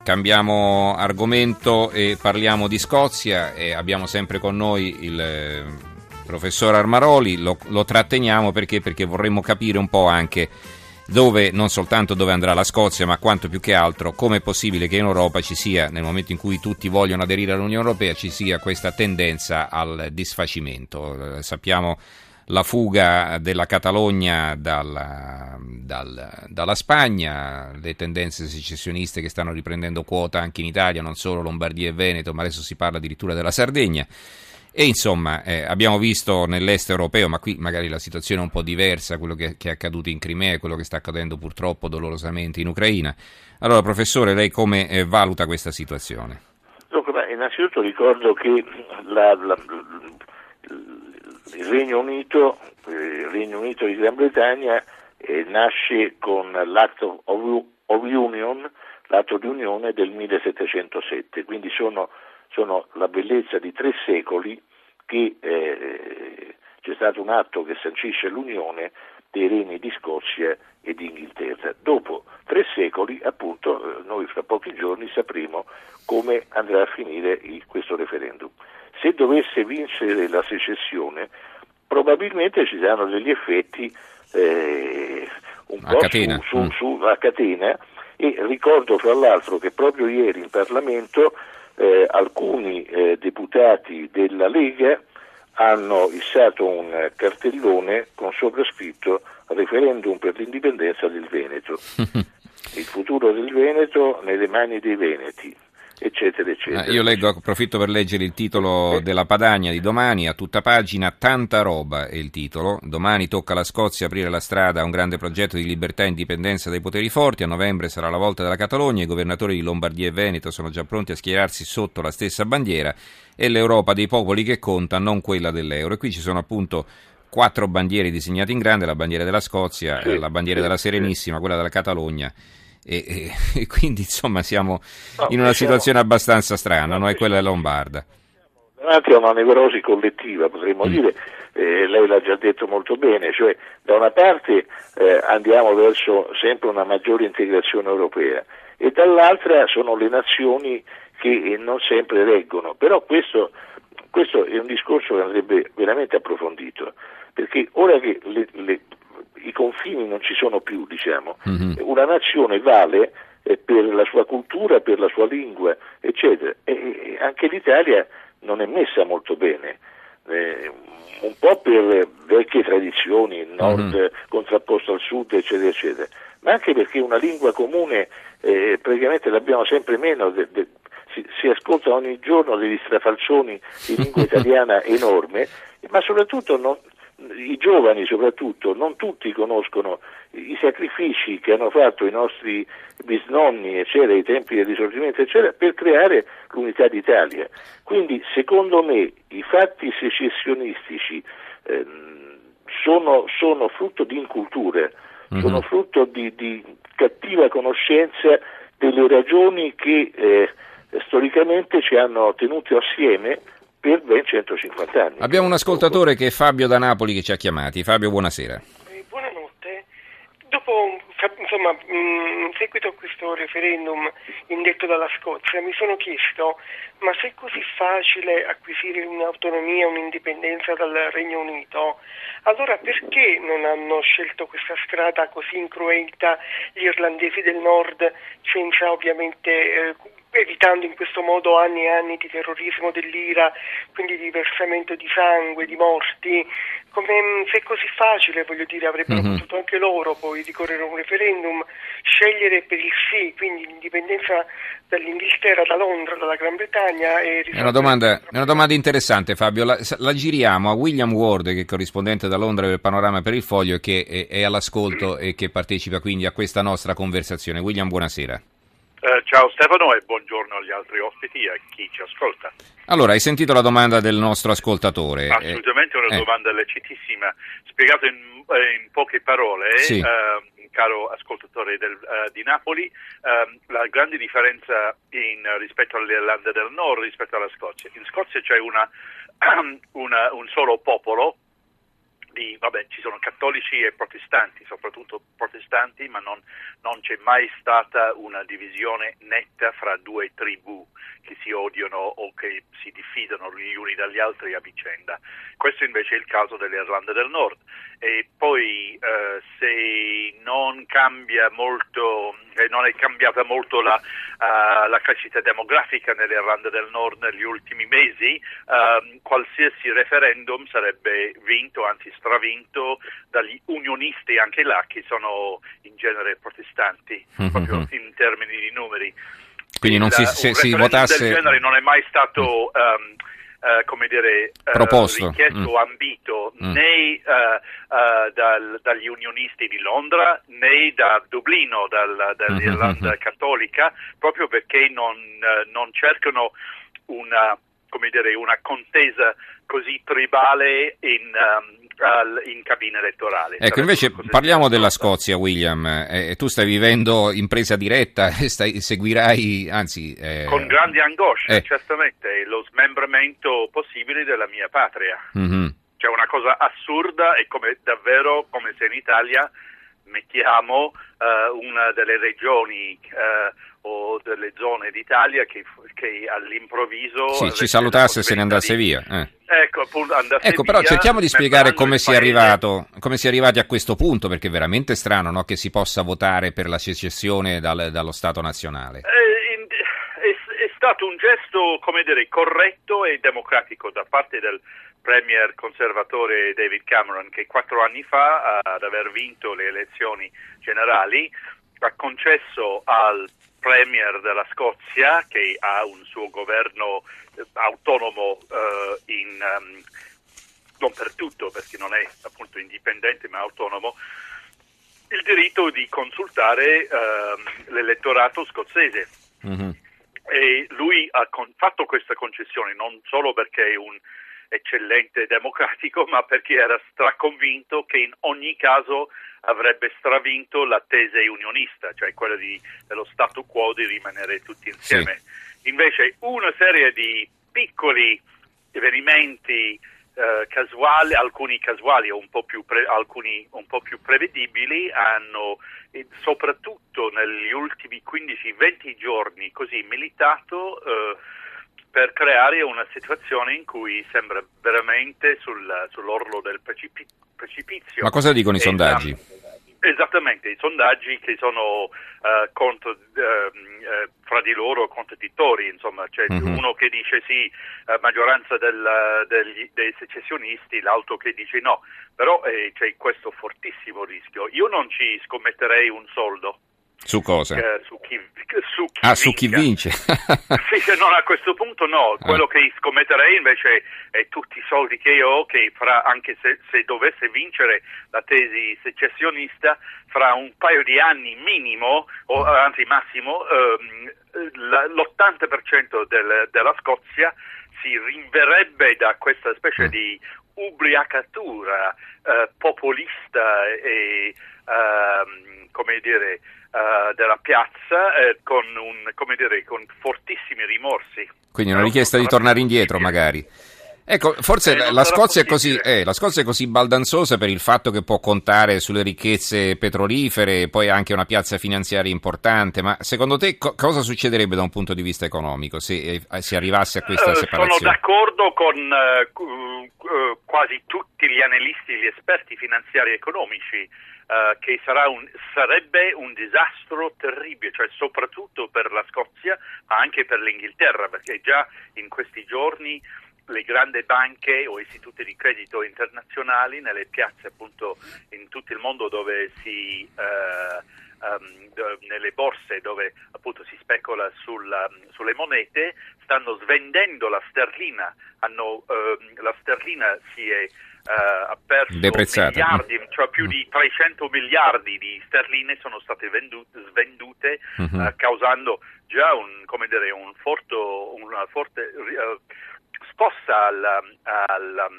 Cambiamo argomento e parliamo di Scozia e abbiamo sempre con noi il professor Armaroli, lo tratteniamo perché vorremmo capire un po' anche non soltanto dove andrà la Scozia, ma quanto più che altro come è possibile che in Europa ci sia, nel momento in cui tutti vogliono aderire all'Unione Europea, ci sia questa tendenza al disfacimento. Sappiamo la fuga della Catalogna dalla Spagna, le tendenze secessioniste che stanno riprendendo quota anche in Italia, non solo Lombardia e Veneto, ma adesso si parla addirittura della Sardegna. E insomma abbiamo visto nell'est europeo, ma qui magari la situazione è un po' diversa, quello che è accaduto in Crimea e quello che sta accadendo purtroppo dolorosamente in Ucraina. Allora professore, lei come valuta questa situazione? Dunque, innanzitutto ricordo che il Regno Unito di Gran Bretagna nasce con l'Act of Union, l'atto di unione del 1707, quindi sono la bellezza di 3 secoli che c'è stato un atto che sancisce l'unione dei regni di Scozia e di Inghilterra. Dopo 3 secoli, appunto, noi fra pochi giorni sapremo come andrà a finire questo referendum. Se dovesse vincere la secessione, probabilmente ci saranno degli effetti un po' a catena, e ricordo fra l'altro che proprio ieri in Parlamento alcuni deputati della Lega hanno issato un cartellone con soprascritto referendum per l'indipendenza del Veneto, il futuro del Veneto nelle mani dei veneti, eccetera eccetera. Io approfitto per leggere il titolo della Padania di domani, a tutta pagina, tanta roba è il titolo. Domani tocca alla Scozia aprire la strada a un grande progetto di libertà e indipendenza dai poteri forti. A novembre sarà la volta della Catalogna, i governatori di Lombardia e Veneto sono già pronti a schierarsi sotto la stessa bandiera, e l'Europa dei popoli che conta, non quella dell'euro. E qui ci sono appunto 4 bandiere disegnate in grande: la bandiera della Scozia, la bandiera della Serenissima, quella della Catalogna. E quindi insomma siamo in una situazione abbastanza strana, non è quella lombarda. Davanti a una nevrosi collettiva, potremmo dire, lei l'ha già detto molto bene, cioè da una parte andiamo verso sempre una maggiore integrazione europea e dall'altra sono le nazioni che non sempre reggono, però questo è un discorso che andrebbe veramente approfondito, perché ora che i confini non ci sono più, diciamo, una nazione vale per la sua cultura, per la sua lingua, eccetera, e anche l'Italia non è messa molto bene, un po' per vecchie tradizioni, il nord contrapposto al sud, eccetera, eccetera, ma anche perché una lingua comune praticamente l'abbiamo sempre meno. Si ascoltano ogni giorno degli strafalcioni di lingua italiana enorme, ma soprattutto i giovani soprattutto, non tutti conoscono i sacrifici che hanno fatto i nostri bisnonni, eccetera, ai tempi del Risorgimento, eccetera, per creare l'unità d'Italia. Quindi, secondo me, i fatti secessionistici sono frutto di incultura, sono frutto di cattiva conoscenza delle ragioni che storicamente ci hanno tenuti assieme per ben 150 anni. Abbiamo un ascoltatore che è Fabio da Napoli che ci ha chiamati. Fabio, buonasera. Buonanotte. Dopo, insomma, in seguito a questo referendum indetto dalla Scozia, mi sono chiesto, ma se è così facile acquisire un'autonomia, un'indipendenza dal Regno Unito, allora perché non hanno scelto questa strada così incruenta gli irlandesi del nord, senza ovviamente evitando in questo modo anni e anni di terrorismo dell'IRA, quindi di versamento di sangue, di morti? Se è così facile, voglio dire, avrebbero potuto anche loro poi ricorrere a un referendum, scegliere per il sì, quindi l'indipendenza dall'Inghilterra, da Londra, dalla Gran Bretagna. È una domanda interessante, Fabio. La giriamo a William Ward, che è corrispondente da Londra del Panorama per il Foglio, che è all'ascolto e che partecipa quindi a questa nostra conversazione. William, buonasera. Ciao Stefano e buongiorno agli altri ospiti e a chi ci ascolta. Allora, hai sentito la domanda del nostro ascoltatore? Assolutamente una domanda lecitissima. Spiegato in poche parole, sì. Caro ascoltatore di Napoli, la grande differenza rispetto all'Irlanda del Nord rispetto alla Scozia. In Scozia c'è un solo popolo, ci sono cattolici e protestanti, soprattutto protestanti, ma non c'è mai stata una divisione netta fra due tribù che si odiano o che si diffidano gli uni dagli altri a vicenda. Questo invece è il caso dell'Irlanda del Nord. E poi se non cambia molto, non è cambiata molto la crescita demografica nell'Irlanda del Nord negli ultimi mesi, qualsiasi referendum sarebbe vinto, anzi stravinto, dagli unionisti anche là, che sono in genere protestanti, proprio in termini di numeri. Quindi non se si votasse del genere non è mai stato proposto, richiesto o ambito né dagli unionisti di Londra né da Dublino, dall'Irlanda cattolica, proprio perché non cercano una contesa così tribale in cabina elettorale. Ecco, invece parliamo della Scozia, William. Tu stai vivendo in presa diretta, seguirai, anzi... Con grande angoscia, certamente, lo smembramento possibile della mia patria. Mm-hmm. Cioè una cosa assurda, è davvero come se in Italia mettiamo una delle regioni o delle zone d'Italia che all'improvviso ci salutasse e se ne andasse via. Ecco, appunto, ecco, però cerchiamo di spiegare come si è arrivati a questo punto, perché è veramente strano, no, che si possa votare per la secessione dallo Stato nazionale. È stato un gesto, corretto e democratico da parte del premier conservatore David Cameron, che 4 anni fa, ad aver vinto le elezioni generali, ha concesso al premier della Scozia, che ha un suo governo autonomo non per tutto, perché non è appunto indipendente ma autonomo, il diritto di consultare l'elettorato scozzese. Mm-hmm. E lui ha fatto questa concessione non solo perché è un eccellente democratico, ma perché era straconvinto che in ogni caso avrebbe stravinto la tesi unionista, cioè quella dello statu quo di rimanere tutti insieme. Sì. Invece una serie di piccoli avvenimenti casuali, alcuni casuali o alcuni un po' più prevedibili, hanno soprattutto negli ultimi 15-20 giorni così militato per creare una situazione in cui sembra veramente sull'orlo del precipizio. Ma cosa dicono i sondaggi? Esattamente, i sondaggi che sono fra di loro contraddittori, insomma, c'è uno che dice sì, maggioranza dei secessionisti, l'altro che dice no, però c'è questo fortissimo rischio. Io non ci scommetterei un soldo. Su cosa? Su chi vince. Sì, no, a questo punto no. Quello che scommetterei invece è tutti i soldi che ho, che anche se dovesse vincere la tesi secessionista, fra un paio di anni minimo, o anzi massimo, l'80% della Scozia si rinverrebbe da questa specie di ubriacatura populista e della piazza con fortissimi rimorsi. Quindi una richiesta di tornare indietro, magari. Ecco, forse la Scozia è così baldanzosa per il fatto che può contare sulle ricchezze petrolifere e poi anche una piazza finanziaria importante, ma secondo te cosa succederebbe da un punto di vista economico se si arrivasse a questa separazione? Sono d'accordo con quasi tutti gli analisti, gli esperti finanziari e economici, che sarebbe un disastro terribile, cioè soprattutto per la Scozia, ma anche per l'Inghilterra, perché già in questi giorni le grandi banche o istituti di credito internazionali nelle piazze appunto in tutto il mondo dove nelle borse dove appunto si specula sulle monete, stanno svendendo la sterlina. La sterlina ha perso miliardi, cioè più di 300 miliardi di sterline sono state svendute, causando già una forte scossa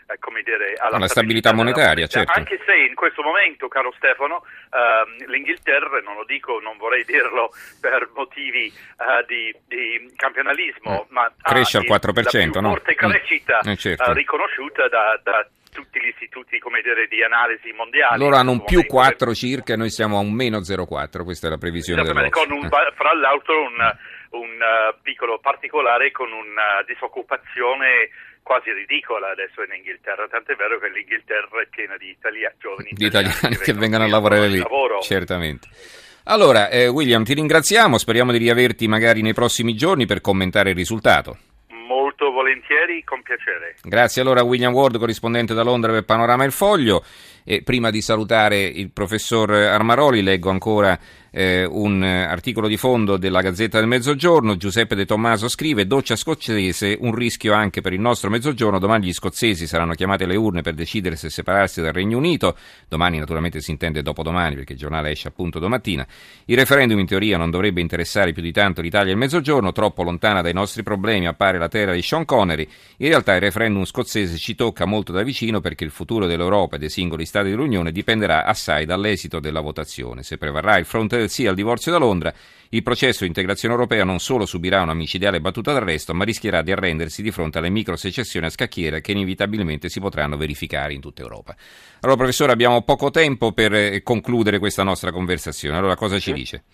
alla stabilità monetaria, certo. Anche se in questo momento, caro Stefano, l'Inghilterra, non vorrei dirlo per motivi di campionalismo, ma cresce al 4%, la più forte crescita certo. riconosciuta da tutti gli istituti di analisi mondiali. Loro hanno un più 4 circa, noi siamo a un meno 0,4, questa è la previsione dell'Ocse. Con fra l'altro un piccolo particolare con una disoccupazione quasi ridicola adesso in Inghilterra, tant'è vero che l'Inghilterra è piena di giovani italiani che vengono a lavorare lì, lavoro. Certamente. Allora, William, ti ringraziamo, speriamo di riaverti magari nei prossimi giorni per commentare il risultato. Molto volentieri, con piacere. Grazie allora a William Ward, corrispondente da Londra per Panorama e Il Foglio. E prima di salutare il professor Armaroli, leggo ancora un articolo di fondo della Gazzetta del Mezzogiorno. Giuseppe De Tommaso scrive: doccia scozzese, un rischio anche per il nostro Mezzogiorno. Domani gli scozzesi saranno chiamati alle urne per decidere se separarsi dal Regno Unito. Domani naturalmente si intende dopodomani, perché il giornale esce appunto domattina. Il referendum in teoria non dovrebbe interessare più di tanto l'Italia e il Mezzogiorno, troppo lontana dai nostri problemi appare la terra di Sean Connery. In realtà il referendum scozzese ci tocca molto da vicino, perché il futuro dell'Europa e dei singoli Stati dell'Unione dipenderà assai dall'esito della votazione. Se prevarrà il fronte del sì al divorzio da Londra, il processo di integrazione europea non solo subirà una micidiale battuta d'arresto, ma rischierà di arrendersi di fronte alle microsecessioni a scacchiera che inevitabilmente si potranno verificare in tutta Europa. Allora, professore, abbiamo poco tempo per concludere questa nostra conversazione. Allora, cosa ci dice?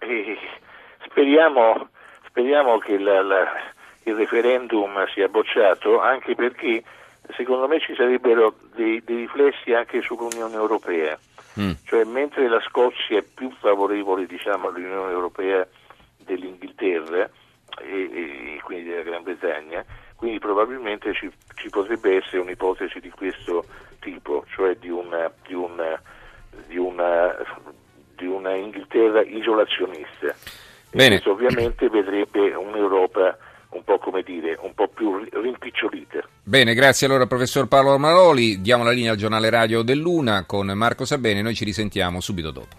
Speriamo che il referendum sia bocciato, anche perché secondo me ci sarebbero dei riflessi anche sull'Unione Europea. Cioè, mentre la Scozia è più favorevole, all'Unione Europea dell'Inghilterra e quindi della Gran Bretagna, quindi probabilmente ci potrebbe essere un'ipotesi di questo tipo, cioè di una Inghilterra isolazionista. Bene. E questo ovviamente vedrebbe un'Europa un po' più rimpicciolita. Bene, grazie allora professor Paolo Armaroli. Diamo la linea al giornale radio dell'Una con Marco Sabene, noi ci risentiamo subito dopo.